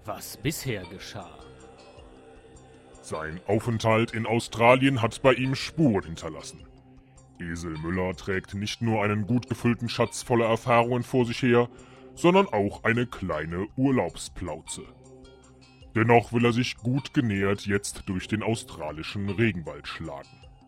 was bisher geschah. Sein Aufenthalt in Australien hat bei ihm Spuren hinterlassen. Esel Müller trägt nicht nur einen gut gefüllten Schatz voller Erfahrungen vor sich her, sondern auch eine kleine Urlaubsplauze. Dennoch will er sich gut genährt jetzt durch den australischen Regenwald schlagen.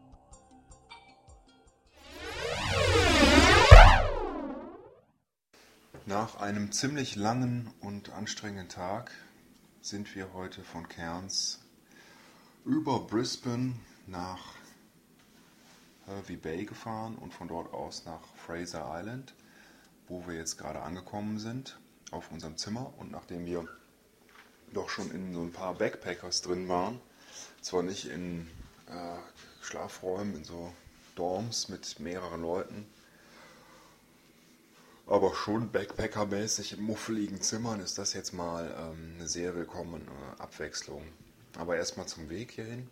Nach einem ziemlich langen und anstrengenden Tag sind wir heute von Cairns über Brisbane nach Hervey Bay gefahren und von dort aus nach Fraser Island, wo wir jetzt gerade angekommen sind, auf unserem Zimmer. Und nachdem wir doch schon in so ein paar Backpackers drin waren, zwar nicht in Schlafräumen, in so Dorms mit mehreren Leuten, aber schon Backpacker-mäßig in muffeligen Zimmern, ist das jetzt mal eine sehr willkommene Abwechslung. Aber erstmal zum Weg hierhin.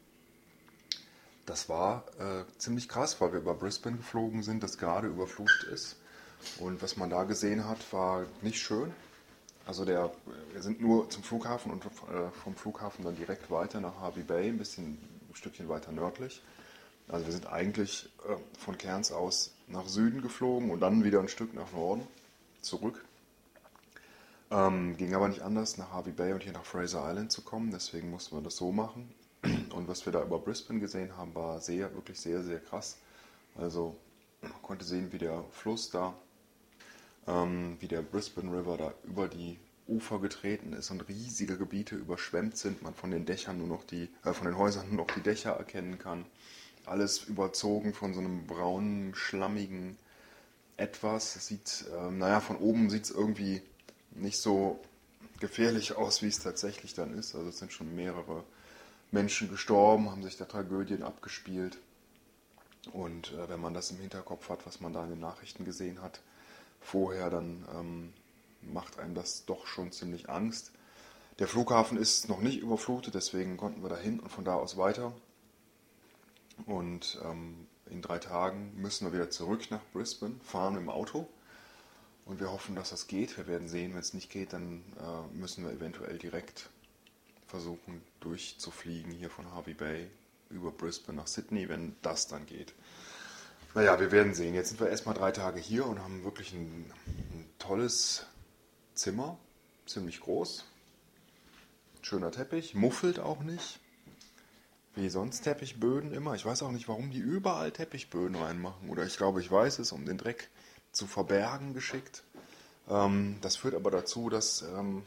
Das war ziemlich krass, weil wir über Brisbane geflogen sind, das gerade überflutet ist. Und was man da gesehen hat, war nicht schön. Also wir sind nur zum Flughafen und vom Flughafen dann direkt weiter nach Hervey Bay, ein Stückchen weiter nördlich. Also wir sind eigentlich von Cairns aus nach Süden geflogen und dann wieder ein Stück nach Norden zurück. Ging aber nicht anders, nach Hervey Bay und hier nach Fraser Island zu kommen, deswegen mussten wir das so machen. Und was wir da über Brisbane gesehen haben, war wirklich sehr, sehr krass. Also man konnte sehen, wie der Fluss da, wie der Brisbane River da über die Ufer getreten ist und riesige Gebiete überschwemmt sind, man von den Dächern von den Häusern nur noch die Dächer erkennen kann. Alles überzogen von so einem braunen, schlammigen Etwas. Es sieht, von oben sieht es irgendwie nicht so gefährlich aus, wie es tatsächlich dann ist. Also es sind schon mehrere Menschen gestorben, haben sich da Tragödien abgespielt. Und wenn man das im Hinterkopf hat, was man da in den Nachrichten gesehen hat, vorher, dann macht einem das doch schon ziemlich Angst. Der Flughafen ist noch nicht überflutet, deswegen konnten wir da hin und von da aus weiter. Und in 3 Tagen müssen wir wieder zurück nach Brisbane, fahren im Auto. Und wir hoffen, dass das geht. Wir werden sehen, wenn es nicht geht, dann müssen wir eventuell direkt versuchen durchzufliegen hier von Hervey Bay über Brisbane nach Sydney, wenn das dann geht. Naja, wir werden sehen. Jetzt sind wir erstmal 3 Tage hier und haben wirklich ein tolles Zimmer, ziemlich groß. Schöner Teppich, muffelt auch nicht. Wie sonst Teppichböden immer. Ich weiß auch nicht, warum die überall Teppichböden reinmachen. Oder ich glaube, ich weiß es, um den Dreck zu verbergen geschickt. Das führt aber dazu, dass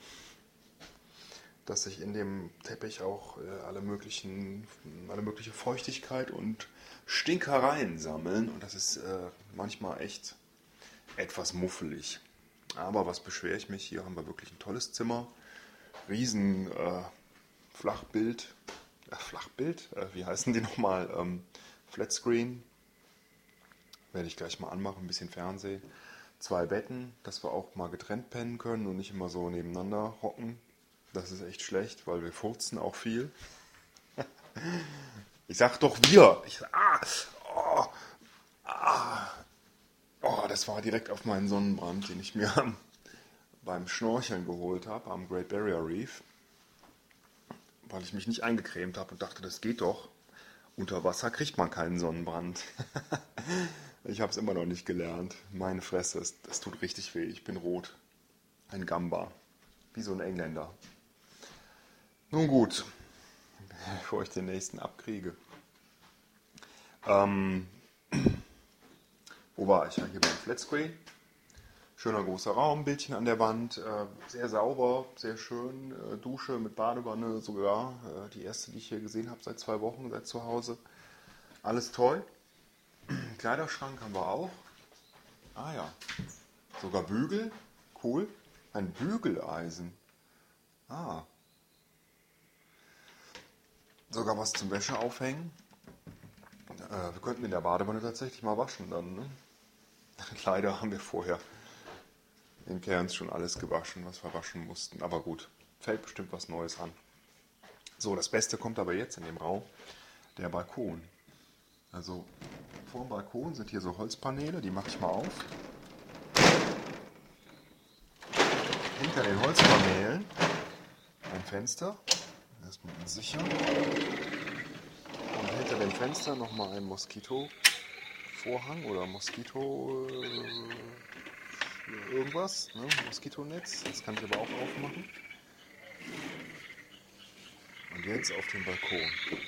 sich in dem Teppich auch alle mögliche Feuchtigkeit und Stinkereien sammeln. Und das ist manchmal echt etwas muffelig. Aber was beschwere ich mich? Hier haben wir wirklich ein tolles Zimmer. Riesen Flachbild. Wie heißen die nochmal? Flatscreen. Werde ich gleich mal anmachen, ein bisschen Fernsehen. 2 Betten, dass wir auch mal getrennt pennen können und nicht immer so nebeneinander hocken. Das ist echt schlecht, weil wir furzen auch viel. Ich sag doch wir. Das war direkt auf meinen Sonnenbrand, den ich mir beim Schnorcheln geholt habe am Great Barrier Reef. Weil ich mich nicht eingecremt habe und dachte, das geht doch. Unter Wasser kriegt man keinen Sonnenbrand. Ich habe es immer noch nicht gelernt. Meine Fresse, es tut richtig weh. Ich bin rot. Ein Gamba. Wie so ein Engländer. Nun gut, bevor ich den nächsten abkriege. Wo war ich? Ja, hier beim Flatscreen. Schöner großer Raum, Bildchen an der Wand, sehr sauber, sehr schön, Dusche mit Badewanne sogar, die erste, die ich hier gesehen habe seit 2 Wochen, seit zu Hause. Alles toll. Kleiderschrank haben wir auch. Ah ja, sogar Bügel, cool. Ein Bügeleisen. Sogar was zum Wäsche aufhängen. Wir könnten in der Badewanne tatsächlich mal waschen dann, ne? Leider haben wir vorher in Cairns schon alles gewaschen, was wir waschen mussten. Aber gut, fällt bestimmt was Neues an. So, das Beste kommt aber jetzt in dem Raum, der Balkon. Also vor dem Balkon sind hier so Holzpaneele, die mache ich mal auf. Hinter den Holzpaneelen Fenster. Erstmal sicher. Und hinter dem Fenster nochmal ein Moskitovorhang oder Moskito irgendwas, ne? Moskitonetz. Das kann ich aber auch aufmachen. Und jetzt auf den Balkon.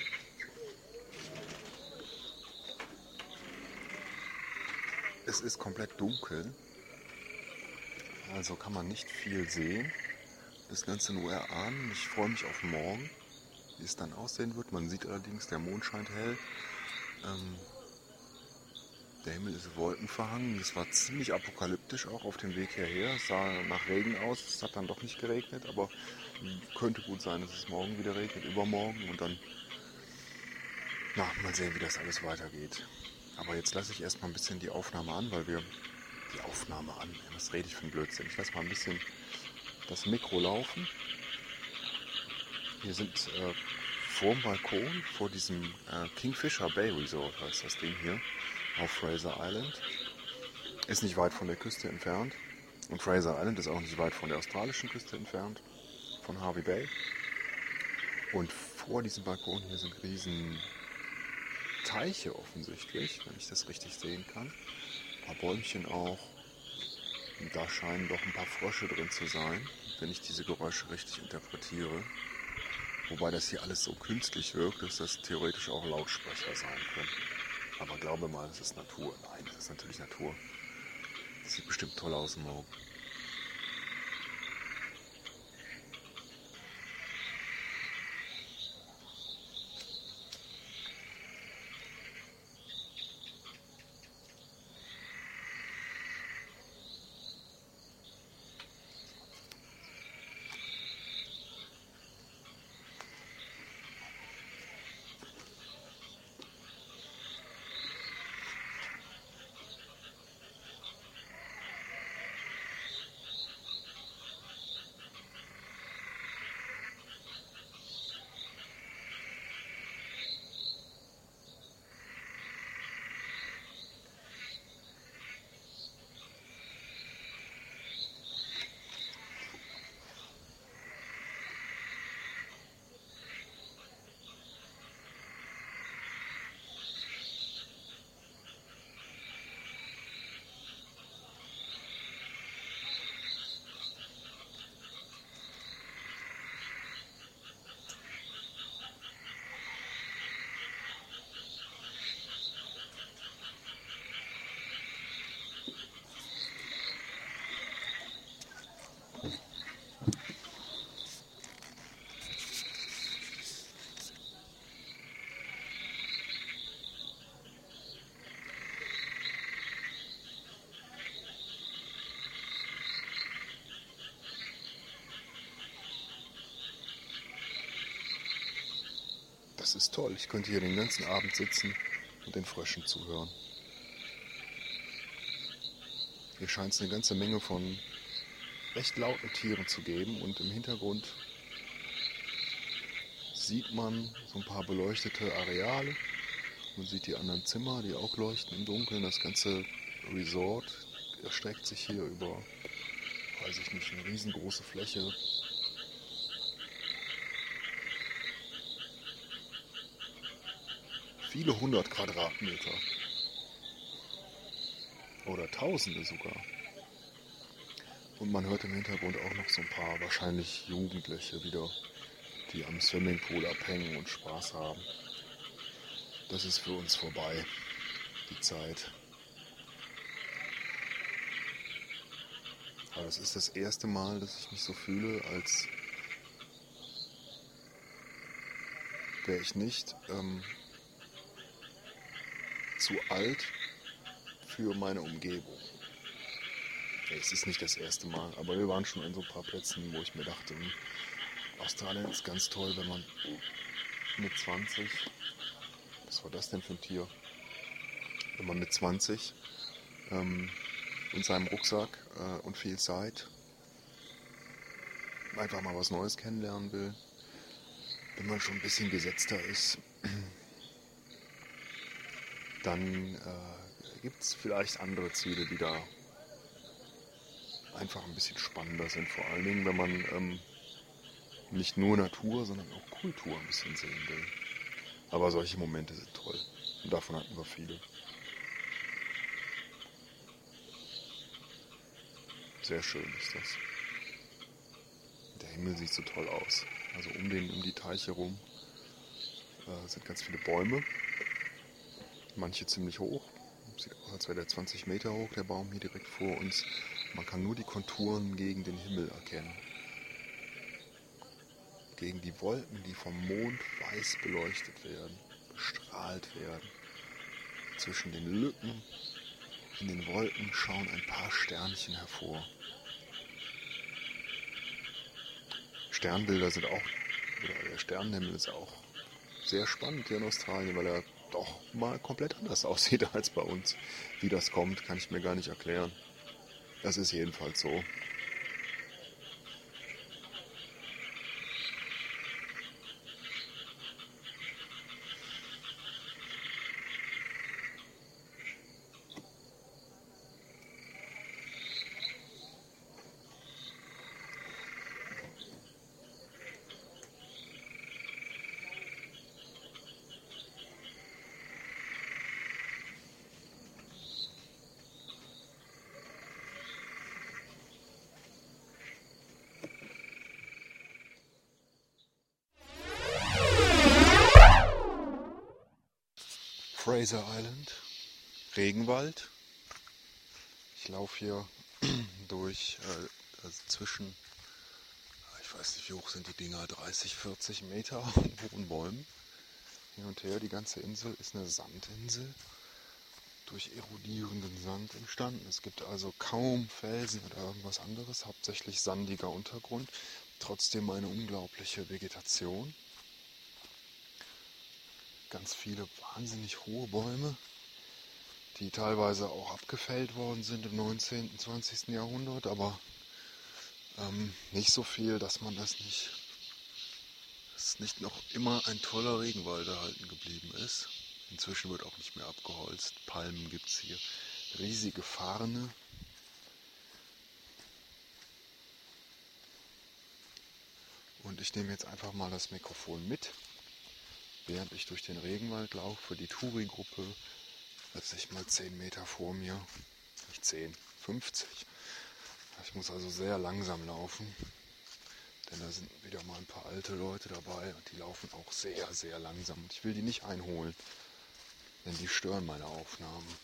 Es ist komplett dunkel, also kann man nicht viel sehen. Das Ganze nur erahnen. Ich freue mich auf morgen, wie es dann aussehen wird. Man sieht allerdings, der Mond scheint hell. Der Himmel ist wolkenverhangen. Es war ziemlich apokalyptisch auch auf dem Weg hierher. Es sah nach Regen aus. Es hat dann doch nicht geregnet, aber könnte gut sein, dass es morgen wieder regnet, übermorgen. Und dann, mal sehen, wie das alles weitergeht. Aber jetzt lasse ich erstmal ein bisschen die Aufnahme an, was rede ich für ein Blödsinn? Ich lasse mal ein bisschen das Mikro laufen. Wir sind vorm Balkon, vor diesem Kingfisher Bay Resort, heißt das Ding hier, auf Fraser Island. Ist nicht weit von der Küste entfernt. Und Fraser Island ist auch nicht weit von der australischen Küste entfernt, von Hervey Bay. Und vor diesem Balkon hier sind riesen Teiche offensichtlich, wenn ich das richtig sehen kann. Ein paar Bäumchen auch. Und da scheinen doch ein paar Frösche drin zu sein, wenn ich diese Geräusche richtig interpretiere. Wobei das hier alles so künstlich wirkt, dass das theoretisch auch Lautsprecher sein können. Aber glaube mal, es ist Natur. Nein, das ist natürlich Natur. Das sieht bestimmt toll aus morgen. Das ist toll. Ich könnte hier den ganzen Abend sitzen und den Fröschen zuhören. Hier scheint es eine ganze Menge von recht lauten Tieren zu geben und im Hintergrund sieht man so ein paar beleuchtete Areale. Man sieht die anderen Zimmer, die auch leuchten im Dunkeln. Das ganze Resort erstreckt sich hier über, weiß ich nicht, eine riesengroße Fläche. Viele 100 Quadratmeter. Oder Tausende sogar. Und man hört im Hintergrund auch noch so ein paar wahrscheinlich Jugendliche wieder, die am Swimmingpool abhängen und Spaß haben. Das ist für uns vorbei, die Zeit. Aber es ist das erste Mal, dass ich mich so fühle, als wäre ich nicht zu alt für meine Umgebung. Es ist nicht das erste Mal, aber wir waren schon an so ein paar Plätzen, wo ich mir dachte, Australien ist ganz toll, wenn man mit 20, was war das denn für ein Tier? Wenn man mit 20 in seinem Rucksack und viel Zeit einfach mal was Neues kennenlernen will, wenn man schon ein bisschen gesetzter ist, dann gibt es vielleicht andere Ziele, die da einfach ein bisschen spannender sind. Vor allen Dingen, wenn man nicht nur Natur, sondern auch Kultur ein bisschen sehen will. Aber solche Momente sind toll. Und davon hatten wir viele. Sehr schön ist das. Der Himmel sieht so toll aus. Also um die Teiche rum sind ganz viele Bäume. Manche ziemlich hoch. Sieht aus, als wäre der 20 Meter hoch, der Baum hier direkt vor uns. Man kann nur die Konturen gegen den Himmel erkennen. Gegen die Wolken, die vom Mond weiß beleuchtet werden, bestrahlt werden. Zwischen den Lücken in den Wolken schauen ein paar Sternchen hervor. Sternbilder sind auch, oder der Sternenhimmel ist auch sehr spannend hier in Australien, weil er doch mal komplett anders aussieht als bei uns. Wie das kommt, kann ich mir gar nicht erklären. Das ist jedenfalls so. Fraser Island, Regenwald. Ich laufe hier durch zwischen, ich weiß nicht wie hoch sind die Dinger, 30, 40 Meter hohen Bäumen. Hin und her, die ganze Insel ist eine Sandinsel, durch erodierenden Sand entstanden. Es gibt also kaum Felsen oder irgendwas anderes, hauptsächlich sandiger Untergrund, trotzdem eine unglaubliche Vegetation. Ganz viele wahnsinnig hohe Bäume, die teilweise auch abgefällt worden sind im 19. und 20. Jahrhundert, aber nicht so viel, dass man das nicht noch immer ein toller Regenwald erhalten geblieben ist. Inzwischen wird auch nicht mehr abgeholzt. Palmen gibt es hier. Riesige Farne. Und ich nehme jetzt einfach mal das Mikrofon mit, während ich durch den Regenwald laufe. Die Touri-Gruppe hat sich mal 10 Meter vor mir. Nicht 10, 50. Ich muss also sehr langsam laufen, denn da sind wieder mal ein paar alte Leute dabei und die laufen auch sehr, sehr langsam. Und ich will die nicht einholen, denn die stören meine Aufnahmen.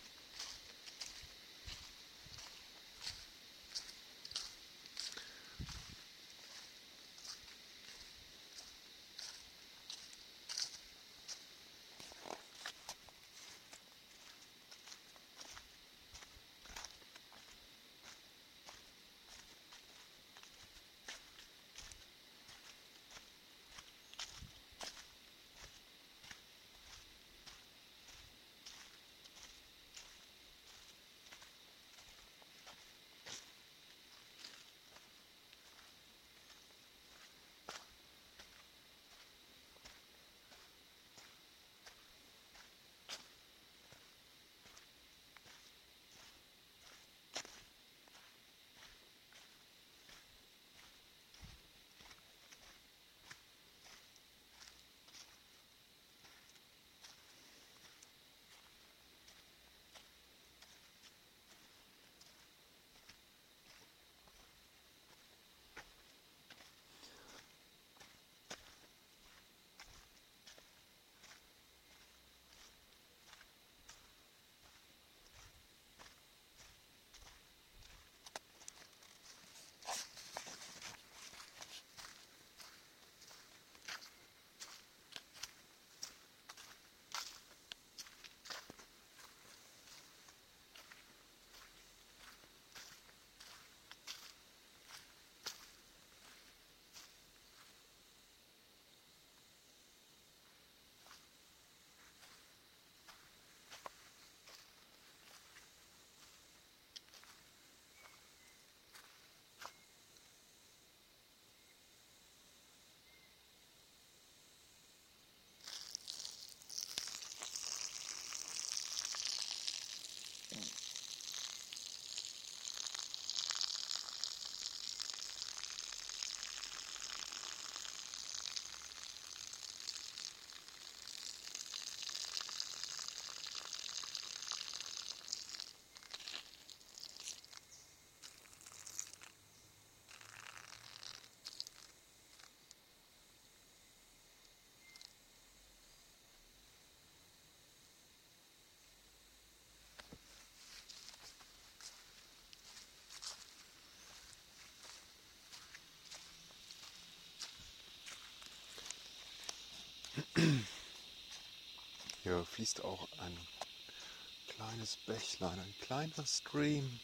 Hier fließt auch ein kleines Bächlein, ein kleiner Stream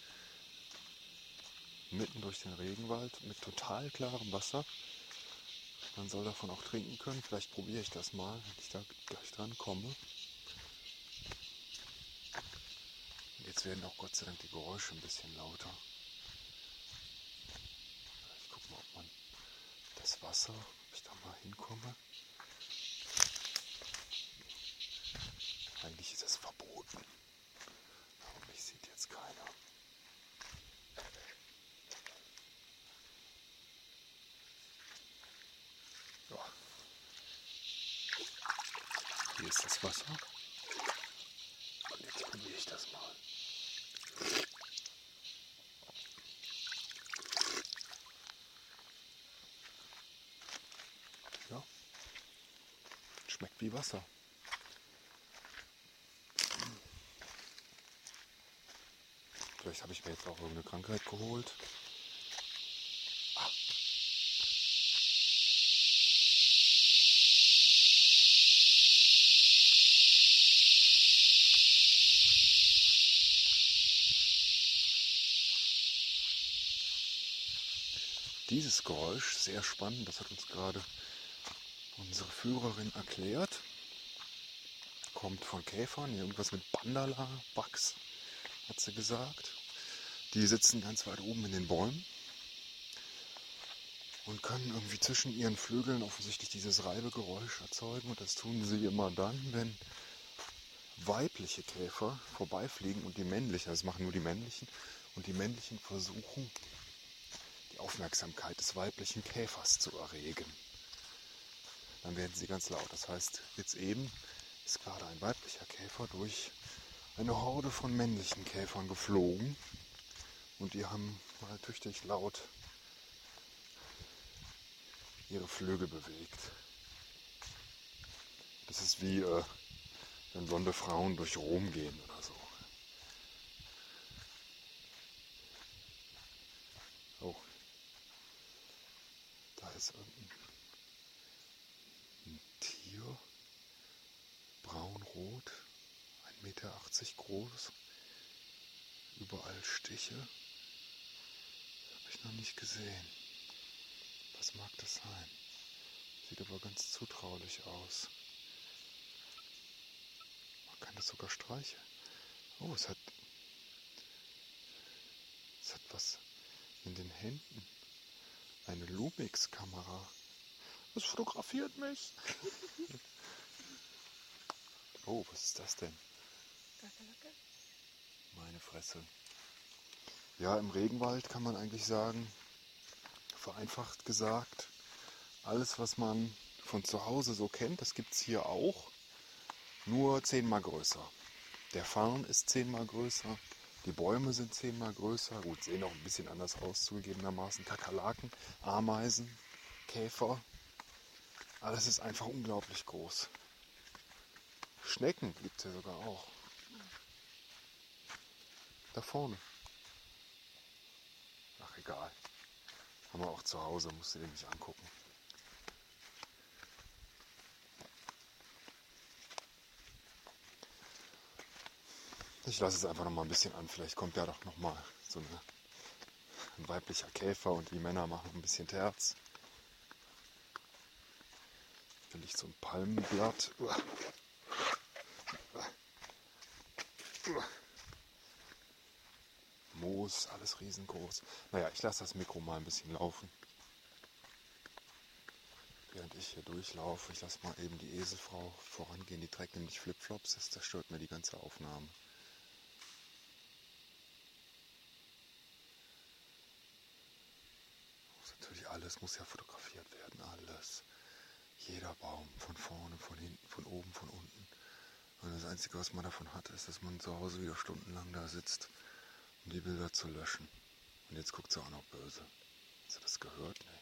mitten durch den Regenwald mit total klarem Wasser. Man soll davon auch trinken können. Vielleicht probiere ich das mal, wenn ich da gleich dran komme. Jetzt werden auch Gott sei Dank die Geräusche ein bisschen lauter. Ich gucke mal, ob man das Wasser, ob ich da mal hinkomme. Eigentlich ist es verboten. Aber mich sieht jetzt keiner. Ja. Hier ist das Wasser. Und jetzt probiere ich das mal. Ja. Schmeckt wie Wasser. Vielleicht habe ich mir jetzt auch irgendeine Krankheit geholt. Dieses Geräusch, sehr spannend, das hat uns gerade unsere Führerin erklärt. Kommt von Käfern, irgendwas mit Bandala-Bugs, hat sie gesagt. Die sitzen ganz weit oben in den Bäumen und können irgendwie zwischen ihren Flügeln offensichtlich dieses Reibegeräusch erzeugen. Und das tun sie immer dann, wenn weibliche Käfer vorbeifliegen und die männlichen, das machen nur die männlichen, und die männlichen versuchen, die Aufmerksamkeit des weiblichen Käfers zu erregen. Dann werden sie ganz laut. Das heißt, jetzt eben ist gerade ein weiblicher Käfer durch eine Horde von männlichen Käfern geflogen und die haben mal tüchtig laut ihre Flügel bewegt. Das ist wie wenn blonde Frauen durch Rom gehen oder so. Oh, da ist irgendein Tier, braun-rot, 1,80 Meter groß, überall Stiche. Das habe ich noch nicht gesehen. Was mag das sein? Sieht aber ganz zutraulich aus. Man kann das sogar streicheln. Oh, es hat was in den Händen. Eine Lumix-Kamera. Es fotografiert mich. Oh, was ist das denn? Kakerlake? Meine Fresse. Ja, im Regenwald kann man eigentlich sagen, vereinfacht gesagt, alles, was man von zu Hause so kennt, das gibt es hier auch, nur 10-mal größer. Der Farn ist 10-mal größer, die Bäume sind 10-mal größer, gut, sehen auch ein bisschen anders aus, zugegebenermaßen. Kakerlaken, Ameisen, Käfer, alles ist einfach unglaublich groß. Schnecken gibt es ja sogar auch. Da vorne. Ach, egal. Haben wir auch zu Hause, musst du dir nicht angucken. Ich lasse es einfach noch mal ein bisschen an. Vielleicht kommt ja doch noch mal ein weiblicher Käfer und die Männer machen ein bisschen Terz. Hier liegt so ein Palmenblatt. Moos, alles riesengroß. Naja, ich lasse das Mikro mal ein bisschen laufen. Während ich hier durchlaufe, ich lasse mal eben die Eselfrau vorangehen. Die trägt nämlich Flipflops, das zerstört mir die ganze Aufnahme. Natürlich alles muss ja fotografiert werden, alles. Jeder Baum, von vorne, von hinten, von oben, von unten. Und das Einzige, was man davon hat, ist, dass man zu Hause wieder stundenlang da sitzt, um die Bilder zu löschen. Und jetzt guckt sie auch noch böse. Hast du das gehört? Nee.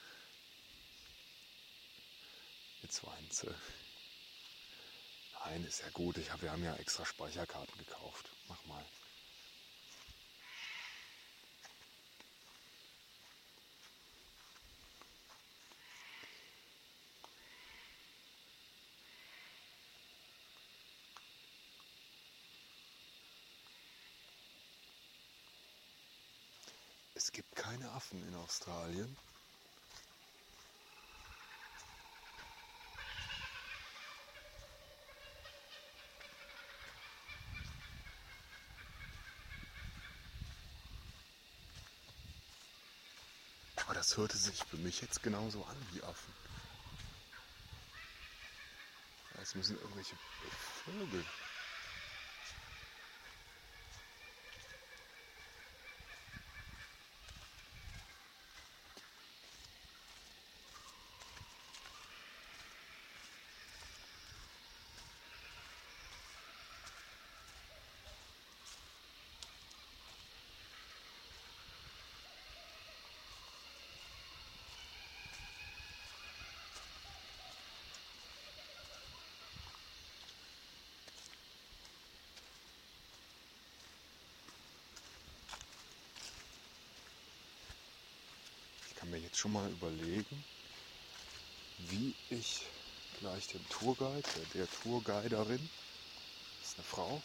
Jetzt weint sie. Nein, ist ja gut. Wir haben ja extra Speicherkarten gekauft. Mach mal. Es gibt keine Affen in Australien. Aber das hörte sich für mich jetzt genauso an wie Affen. Es müssen irgendwelche Vögel. Ich kann mir jetzt schon mal überlegen, wie ich gleich dem Tourguide, der Tourguiderin, das ist eine Frau,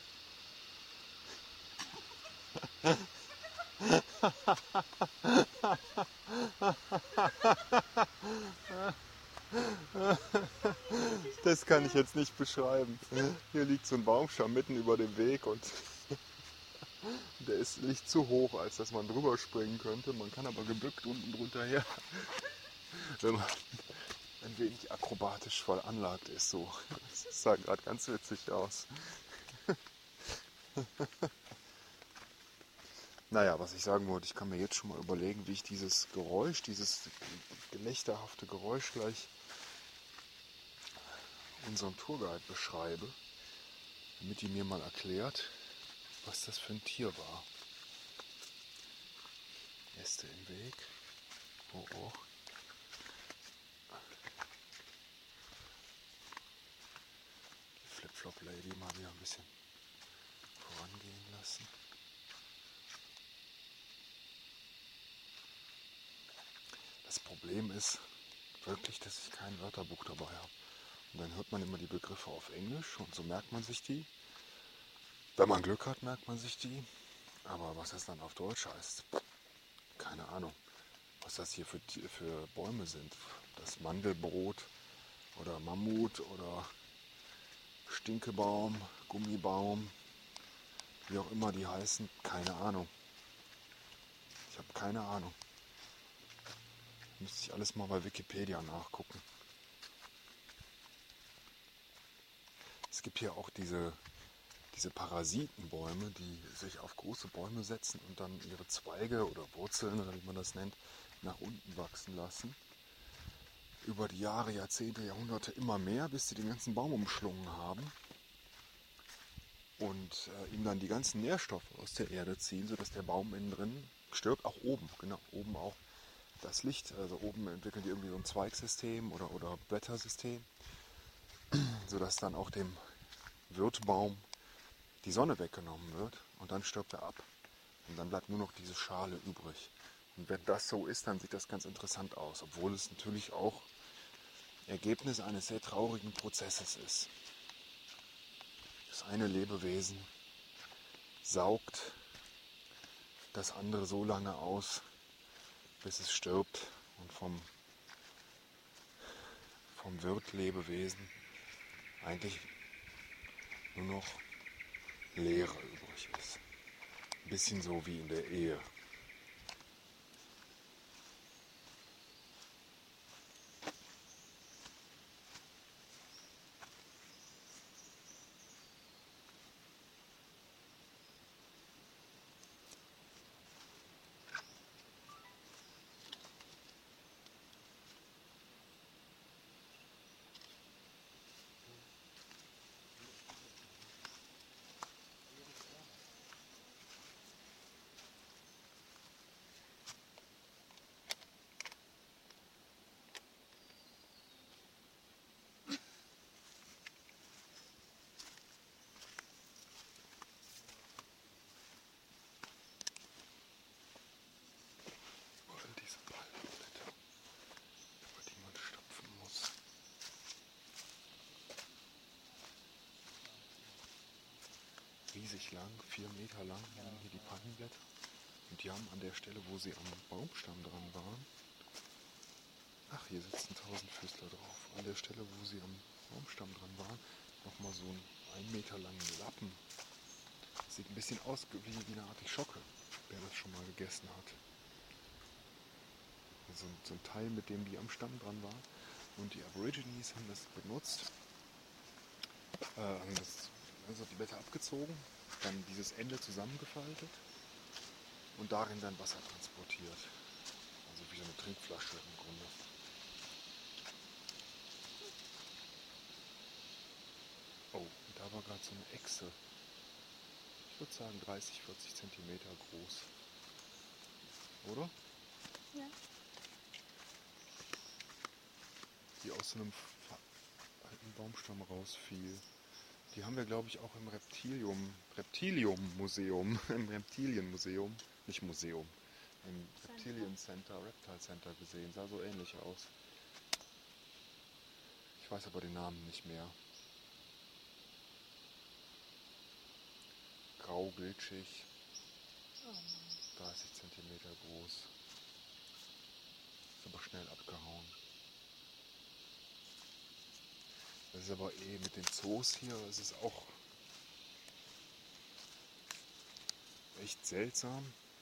das kann ich jetzt nicht beschreiben. Hier liegt so ein Baumstamm mitten über dem Weg und der ist nicht zu hoch, als dass man drüber springen könnte. Man kann aber gebückt unten drunter her, wenn man ein wenig akrobatisch veranlagt ist. So. Das sah gerade ganz witzig aus. Naja, was ich sagen wollte, ich kann mir jetzt schon mal überlegen, wie ich dieses Geräusch, dieses gelächterhafte Geräusch gleich unserem Tourguide beschreibe, damit die mir mal erklärt, was das für ein Tier war. Äste im Weg. Oh oh. Die Flip-Flop-Lady mal wieder ein bisschen vorangehen lassen. Das Problem ist wirklich, dass ich kein Wörterbuch dabei habe. Und dann hört man immer die Begriffe auf Englisch und so merkt man sich die. Wenn man Glück hat, merkt man sich die. Aber was das dann auf Deutsch heißt, keine Ahnung. Was das hier für Bäume sind. Das Mandelbrot oder Mammut oder Stinkebaum, Gummibaum, wie auch immer die heißen, keine Ahnung. Ich habe keine Ahnung. Müsste ich alles mal bei Wikipedia nachgucken. Es gibt hier auch diese Parasitenbäume, die sich auf große Bäume setzen und dann ihre Zweige oder Wurzeln oder wie man das nennt, nach unten wachsen lassen. Über die Jahre, Jahrzehnte, Jahrhunderte immer mehr, bis sie den ganzen Baum umschlungen haben und ihm dann die ganzen Nährstoffe aus der Erde ziehen, sodass der Baum innen drin stirbt, auch oben, genau, oben auch das Licht, also oben entwickeln die irgendwie so ein Zweigsystem oder Blättersystem, sodass dann auch dem Wirtbaum die Sonne weggenommen wird und dann stirbt er ab. Und dann bleibt nur noch diese Schale übrig. Und wenn das so ist, dann sieht das ganz interessant aus, obwohl es natürlich auch Ergebnis eines sehr traurigen Prozesses ist. Das eine Lebewesen saugt das andere so lange aus, bis es stirbt und vom Wirtlebewesen eigentlich nur noch Leere übrig ist. Ein bisschen so wie in der Ehe. Diese Palmblätter, über die man stapfen muss. Riesig lang, 4 Meter lang liegen hier die Palmblätter. Und die haben an der Stelle, wo sie am Baumstamm dran waren, ach, hier sitzen Tausendfüßler drauf. An der Stelle, wo sie am Baumstamm dran waren, nochmal so einen 1 Meter langen Lappen. Sieht ein bisschen aus wie eine Artischocke, wer das schon mal gegessen hat. So ein Teil, mit dem die am Stamm dran waren. Und die Aborigines haben das benutzt, haben also die Blätter abgezogen, dann dieses Ende zusammengefaltet und darin dann Wasser transportiert. Also wie so eine Trinkflasche im Grunde. Oh, und da war gerade so eine Echse. Ich würde sagen 30, 40 Zentimeter groß. Oder? Ja. Die aus so einem alten Baumstamm rausfiel. Die haben wir, glaube ich, auch im Reptilium-Museum, im Reptilienmuseum, nicht Museum, im Reptilian Center, Reptile Center gesehen. Sah so ähnlich aus. Ich weiß aber den Namen nicht mehr. Grau, glitschig, Oh Mann. 30 Zentimeter groß. Ist aber schnell abgehauen. Das ist aber mit den Zoos hier, es ist auch echt seltsam.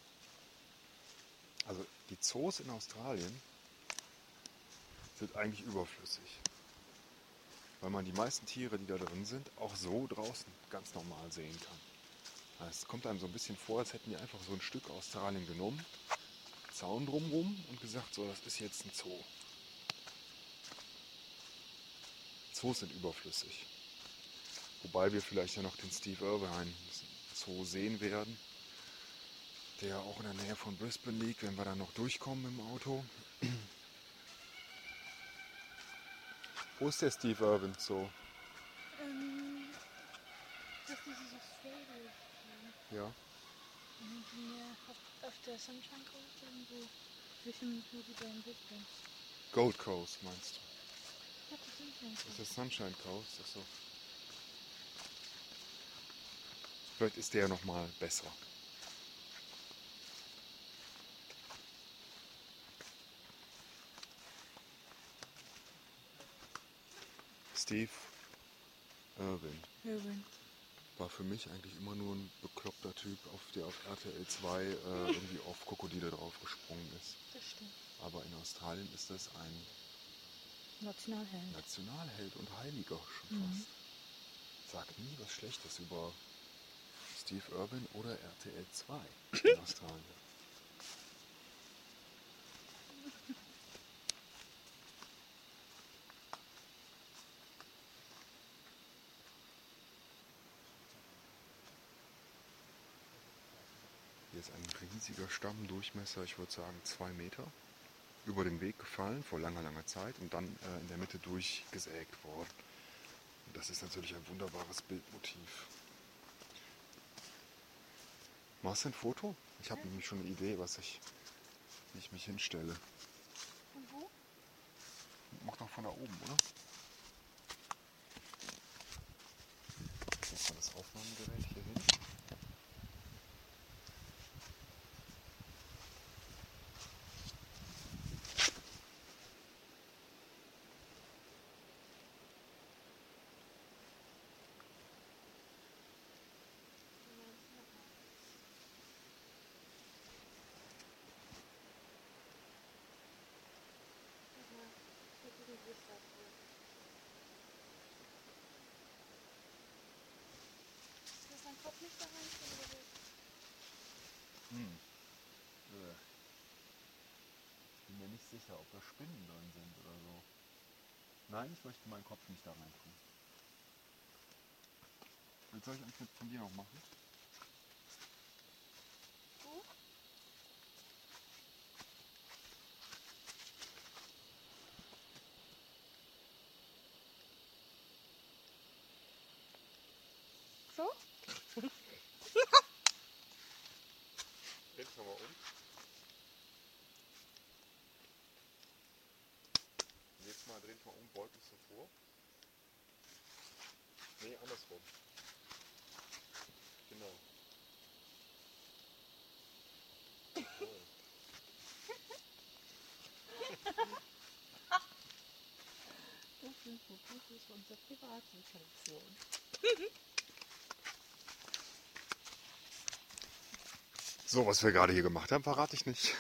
Also die Zoos in Australien sind eigentlich überflüssig. Weil man die meisten Tiere, die da drin sind, auch so draußen ganz normal sehen kann. Es kommt einem so ein bisschen vor, als hätten die einfach so ein Stück Australien genommen, Zaun drumrum und gesagt, so, das ist jetzt ein Zoo. Zoos sind überflüssig. Wobei wir vielleicht ja noch den Steve Irwin Zoo sehen werden, der auch in der Nähe von Brisbane liegt, wenn wir dann noch durchkommen im Auto. Wo ist der Steve Irwin Zoo? Das ist dieses Australien. Ja. Auf der Sunshine Coast irgendwo. Zwischen Hobie und Brisbane. Gold Coast meinst du? Ja, das Sunshine Das Coast. ist Sunshine Coast. Achso. Vielleicht ist der nochmal besser. Steve Irwin war für mich eigentlich immer nur ein bekloppter Typ, der auf RTL 2 irgendwie auf Krokodile draufgesprungen ist. Das stimmt. Aber in Australien ist das ein Nationalheld. Nationalheld und Heiliger schon fast. Sag nie was Schlechtes über Steve Irwin oder RTL 2 in Australien. Hier ist ein riesiger Stamm, Durchmesser, ich würde sagen 2 Meter, über den Weg gefallen vor langer, langer Zeit und dann in der Mitte durchgesägt worden. Und das ist natürlich ein wunderbares Bildmotiv. Machst du ein Foto? Ich habe nämlich schon eine Idee, wie ich mich hinstelle. Und wo? Mach doch von da oben, oder? Lass mal das Aufnahmegerät hier hin. Ist dein Kopf nicht da rein? Bin mir nicht sicher, ob da Spinnen drin sind oder so. Nein, ich möchte meinen Kopf nicht da rein tun. Was soll ich eigentlich von dir noch machen? Wo? So? Jetzt nochmal um. Jetzt mal drehen wir um, beugt uns so vor. Nee, andersrum. Genau. Tradition. So, was wir gerade hier gemacht haben, verrate ich nicht.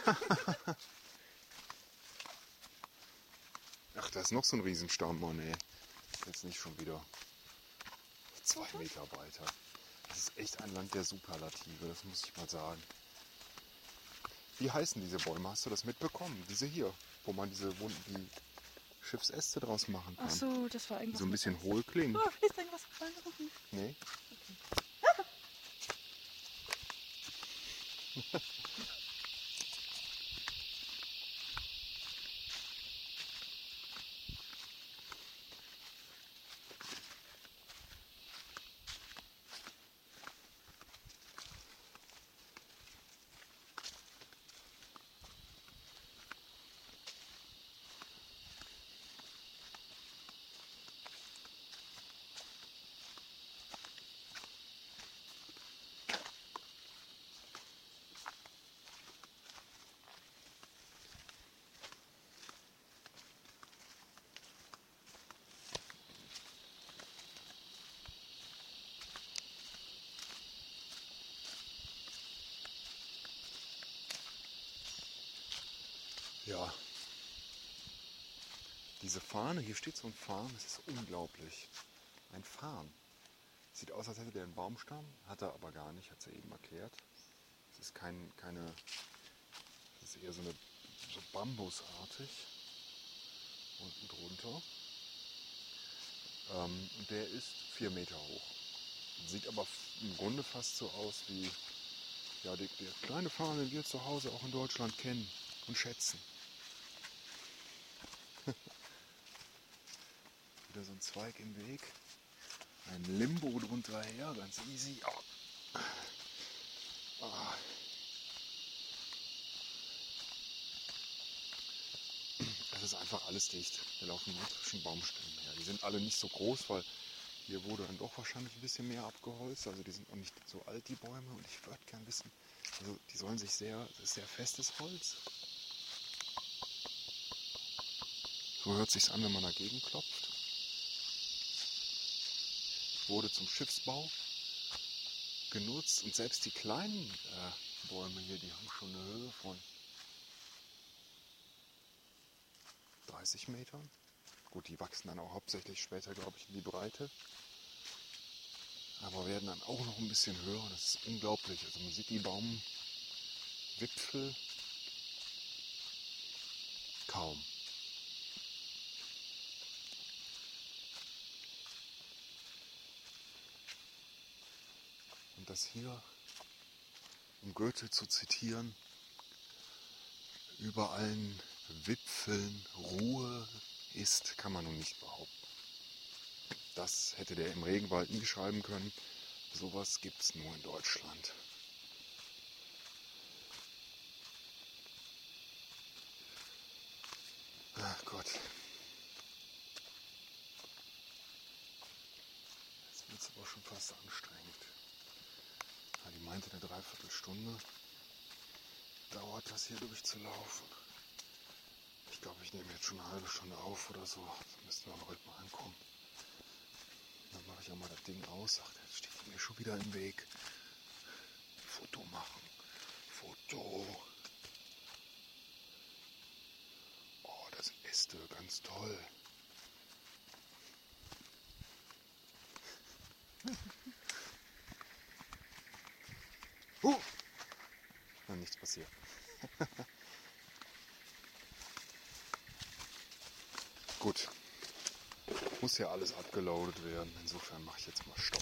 Ach, da ist noch so ein Riesenstamm, Mann, ey. Jetzt nicht schon wieder 2 Meter weiter. Das ist echt ein Land der Superlative, das muss ich mal sagen. Wie heißen diese Bäume? Hast du das mitbekommen? Diese hier, wo man die Schiffsäste draus machen kann. Ach so, das war eigentlich So ein bisschen hohl klingen. Oh, ist irgendwas gefallen? Nee? Ja. Diese Fahne, hier steht so ein Farn, das ist unglaublich. Ein Farn. Sieht aus, als hätte der einen Baumstamm, hat er aber gar nicht, hat sie eben erklärt. Es ist das ist eher so bambusartig unten drunter. Und der ist 4 Meter hoch. Sieht aber im Grunde fast so aus wie ja, der kleine Farn, den wir zu Hause auch in Deutschland kennen und schätzen. Wieder so ein Zweig im Weg. Ein Limbo drunter her, ganz easy. Oh. Ah. Es ist einfach alles dicht. Wir laufen nur zwischen Baumstämmen her. Die sind alle nicht so groß, weil hier wurde dann doch wahrscheinlich ein bisschen mehr abgeholzt. Also die sind auch nicht so alt, die Bäume. Und ich würde gern wissen, also die sollen sich das ist sehr festes Holz. So hört sich's an, wenn man dagegen klopft. Wurde zum Schiffsbau genutzt und selbst die kleinen Bäume hier, die haben schon eine Höhe von 30 Metern. Gut, die wachsen dann auch hauptsächlich später, glaube ich, in die Breite. Aber werden dann auch noch ein bisschen höher und das ist unglaublich. Also man sieht die Baumwipfel kaum. Und das hier, um Goethe zu zitieren, über allen Wipfeln Ruhe ist, kann man nun nicht behaupten. Das hätte der im Regenwald nie schreiben können. Sowas gibt es nur in Deutschland. Ach Gott. Jetzt wird es aber schon fast anstrengend. Ja, die meinte, eine Dreiviertelstunde dauert das hier durchzulaufen. Ich glaube, ich nehme jetzt schon eine halbe Stunde auf oder so. Dann müssten wir aber heute mal ankommen. Dann mache ich auch mal das Ding aus. Ach, jetzt steht mir schon wieder im Weg. Foto machen. Foto. Oh, das sind Äste. Ganz toll. Na, nichts passiert. Gut. Muss ja alles abgeloadet werden. Insofern mache ich jetzt mal Stopp.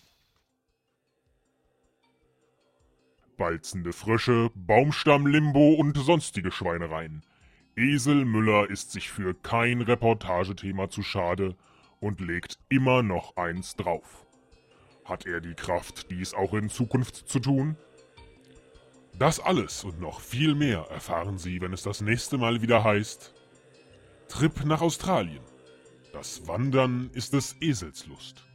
Balzende Frösche, Baumstamm-Limbo und sonstige Schweinereien. Esel Müller ist sich für kein Reportagethema zu schade und legt immer noch eins drauf. Hat er die Kraft, dies auch in Zukunft zu tun? Das alles und noch viel mehr erfahren Sie, wenn es das nächste Mal wieder heißt: Trip nach Australien. Das Wandern ist des Esels Lust.